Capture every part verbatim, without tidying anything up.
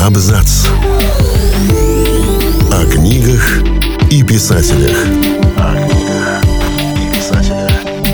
Абзац. О книгах и писателях. О книгах и писателях.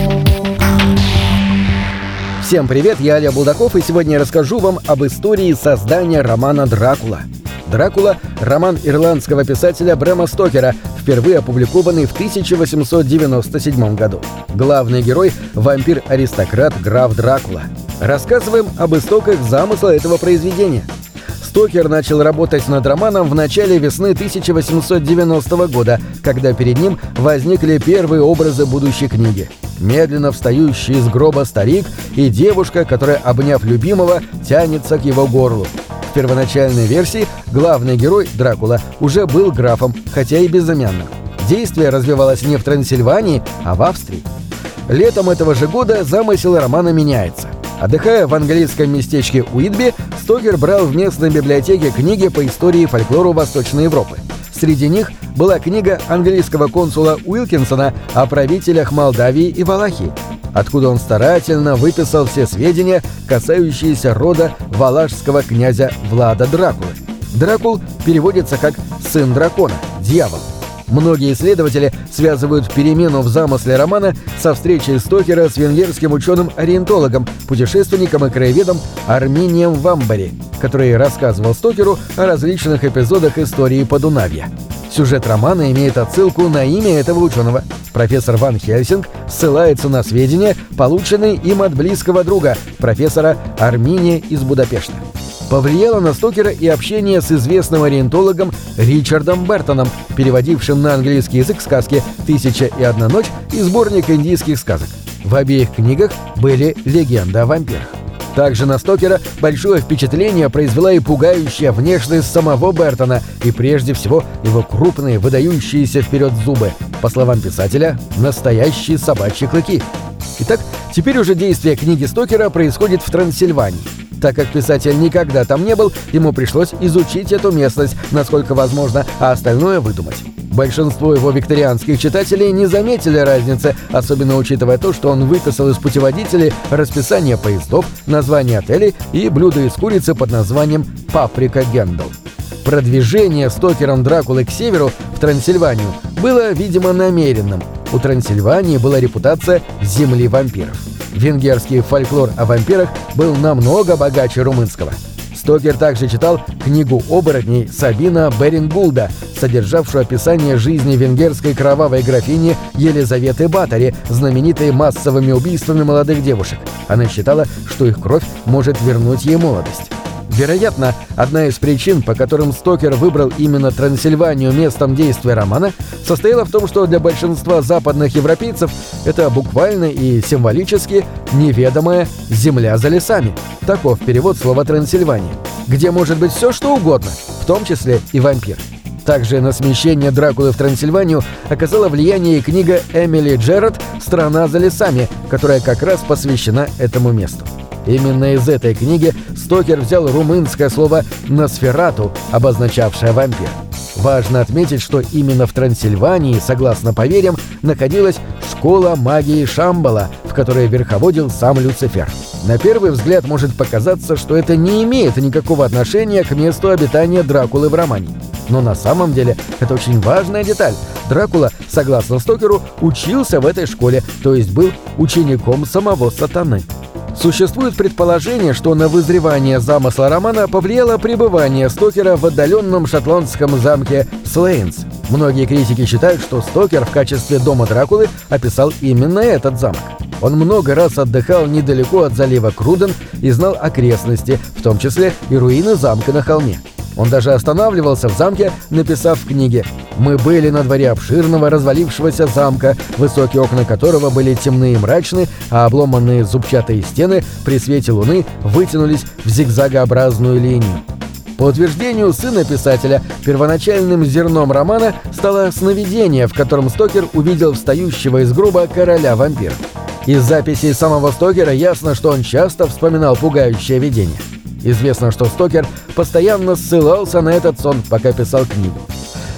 Всем привет, я Илья Булдаков, и сегодня я расскажу вам об истории создания романа «Дракула». «Дракула» — роман ирландского писателя Брэма Стокера, впервые опубликованный в тысяча восемьсот девяносто седьмом году. Главный герой — вампир-аристократ граф Дракула. Рассказываем об истоках замысла этого произведения. Стокер начал работать над романом в начале весны тысяча восемьсот девяностого года, когда перед ним возникли первые образы будущей книги. Медленно встающий из гроба старик и девушка, которая, обняв любимого, тянется к его горлу. В первоначальной версии главный герой, Дракула, уже был графом, хотя и безымянным. Действие развивалось не в Трансильвании, а в Австрии. Летом этого же года замысел романа меняется. Отдыхая в английском местечке Уитби, Стокер брал в местной библиотеке книги по истории и фольклору Восточной Европы. Среди них была книга английского консула Уилкинсона о правителях Молдавии и Валахии, откуда он старательно выписал все сведения, касающиеся рода валашского князя Влада Дракулы. Дракул переводится как «сын дракона», «дьявол». Многие исследователи связывают перемену в замысле романа со встречей Стокера с венгерским ученым-ориентологом, путешественником и краеведом Арминием Вамбари, который рассказывал Стокеру о различных эпизодах истории Подунавья. Сюжет романа имеет отсылку на имя этого ученого. Профессор Ван Хельсинг ссылается на сведения, полученные им от близкого друга, профессора Арминия из Будапешта. Повлияло на Стокера и общение с известным ориентологом Ричардом Бертоном, переводившим на английский язык сказки «Тысяча и одна ночь» и сборник индийских сказок. В обеих книгах были легенды о вампирах. Также на Стокера большое впечатление произвела и пугающая внешность самого Бертона, и прежде всего его крупные, выдающиеся вперед зубы. По словам писателя, настоящие собачьи клыки. Итак, теперь уже действие книги Стокера происходит в Трансильвании. Так как писатель никогда там не был, ему пришлось изучить эту местность, насколько возможно, а остальное выдумать. Большинство его викторианских читателей не заметили разницы, особенно учитывая то, что он выписал из путеводителей расписание поездов, названия отелей и блюда из курицы под названием «Паприка Гендл». Продвижение Стокером Дракулы к северу, в Трансильванию, было, видимо, намеренным. У Трансильвании была репутация земли вампиров. Венгерский фольклор о вампирах был намного богаче румынского. Стокер также читал книгу оборотней Сабина Берингулда, содержавшую описание жизни венгерской кровавой графини Елизаветы Батори, знаменитой массовыми убийствами молодых девушек. Она считала, что их кровь может вернуть ей молодость. Вероятно, одна из причин, по которым Стокер выбрал именно Трансильванию местом действия романа, состояла в том, что для большинства западных европейцев это буквально и символически неведомая «земля за лесами». Таков перевод слова «Трансильвания», где может быть все, что угодно, в том числе и вампир. Также на смещение Дракулы в Трансильванию оказала влияние и книга Эмили Джерард «Страна за лесами», которая как раз посвящена этому месту. Именно из этой книги Стокер взял румынское слово «носферату», обозначавшее вампир. Важно отметить, что именно в Трансильвании, согласно поверьям, находилась школа магии Шамбала, в которой верховодил сам Люцифер. На первый взгляд может показаться, что это не имеет никакого отношения к месту обитания Дракулы в романе. Но на самом деле это очень важная деталь. Дракула, согласно Стокеру, учился в этой школе, то есть был учеником самого сатаны. Существует предположение, что на вызревание замысла романа повлияло пребывание Стокера в отдаленном шотландском замке Слейнс. Многие критики считают, что Стокер в качестве дома Дракулы описал именно этот замок. Он много раз отдыхал недалеко от залива Круден и знал окрестности, в том числе и руины замка на холме. Он даже останавливался в замке, написав в книге: «Мы были на дворе обширного развалившегося замка, высокие окна которого были темны и мрачны, а обломанные зубчатые стены при свете луны вытянулись в зигзагообразную линию». По утверждению сына писателя, первоначальным зерном романа стало сновидение, в котором Стокер увидел встающего из гроба короля вампиров. Из записей самого Стокера ясно, что он часто вспоминал пугающее видение. Известно, что Стокер постоянно ссылался на этот сон, пока писал книгу.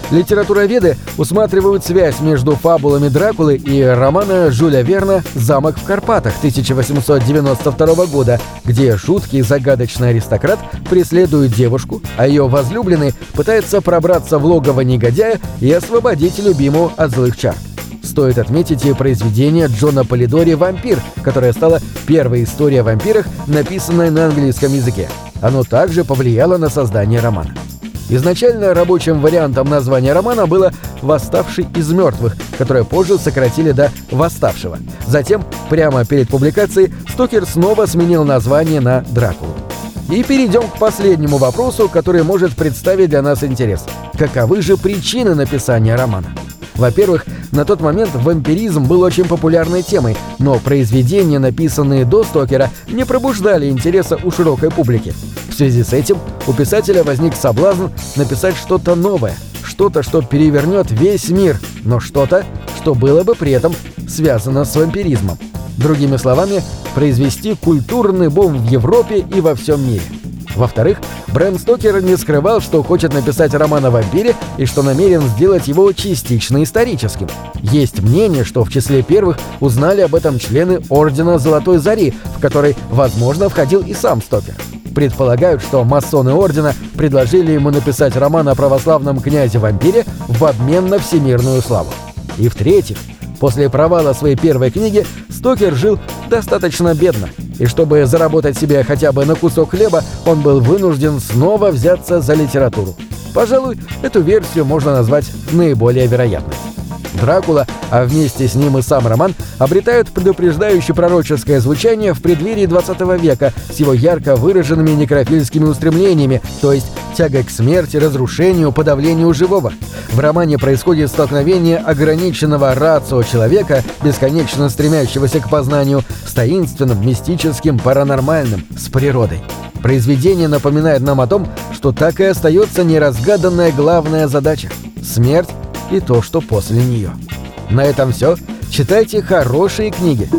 Литературоведы усматривают связь между фабулами Дракулы и романа Жюля Верна «Замок в Карпатах» тысяча восемьсот девяносто второго года, где жуткий загадочный аристократ преследует девушку, а ее возлюбленный пытается пробраться в логово негодяя и освободить любимую от злых чар. Стоит отметить и произведение Джона Полидори «Вампир», которое стало первой историей о вампирах, написанной на английском языке. Оно также повлияло на создание романа. Изначально рабочим вариантом названия романа было «Восставший из мертвых», которое позже сократили до «Восставшего». Затем, прямо перед публикацией, Стокер снова сменил название на «Дракулу». И перейдем к последнему вопросу, который может представить для нас интерес. Каковы же причины написания романа? Во-первых, на тот момент вампиризм был очень популярной темой, но произведения, написанные до Стокера, не пробуждали интереса у широкой публики. В связи с этим у писателя возник соблазн написать что-то новое, что-то, что перевернет весь мир, но что-то, что было бы при этом связано с вампиризмом. Другими словами, произвести культурный бум в Европе и во всем мире. Во-вторых, Брэм Стокер не скрывал, что хочет написать роман о вампире и что намерен сделать его частично историческим. Есть мнение, что в числе первых узнали об этом члены Ордена Золотой Зари, в который, возможно, входил и сам Стокер. Предполагают, что масоны Ордена предложили ему написать роман о православном князе-вампире в обмен на всемирную славу. И в-третьих, после провала своей первой книги Стокер жил достаточно бедно, и чтобы заработать себе хотя бы на кусок хлеба, он был вынужден снова взяться за литературу. Пожалуй, эту версию можно назвать наиболее вероятной. Дракула, а вместе с ним и сам роман, обретают предупреждающее пророческое звучание в преддверии двадцатого века с его ярко выраженными некрофильскими устремлениями, то есть тягой к смерти, разрушению, подавлению живого. В романе происходит столкновение ограниченного рацио человека, бесконечно стремящегося к познанию, с таинственным, мистическим, паранормальным, с природой. Произведение напоминает нам о том, что так и остается неразгаданная главная задача — смерть и то, что после нее. На этом все. Читайте хорошие книги.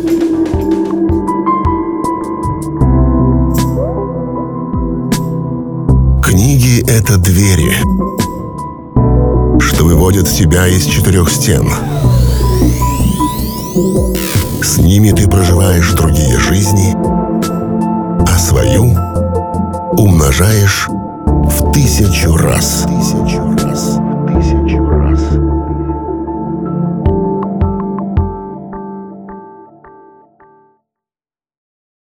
Книги — это двери, что выводят тебя из четырех стен. С ними ты проживаешь другие жизни, а свою умножаешь в тысячу раз. Тысячу раз.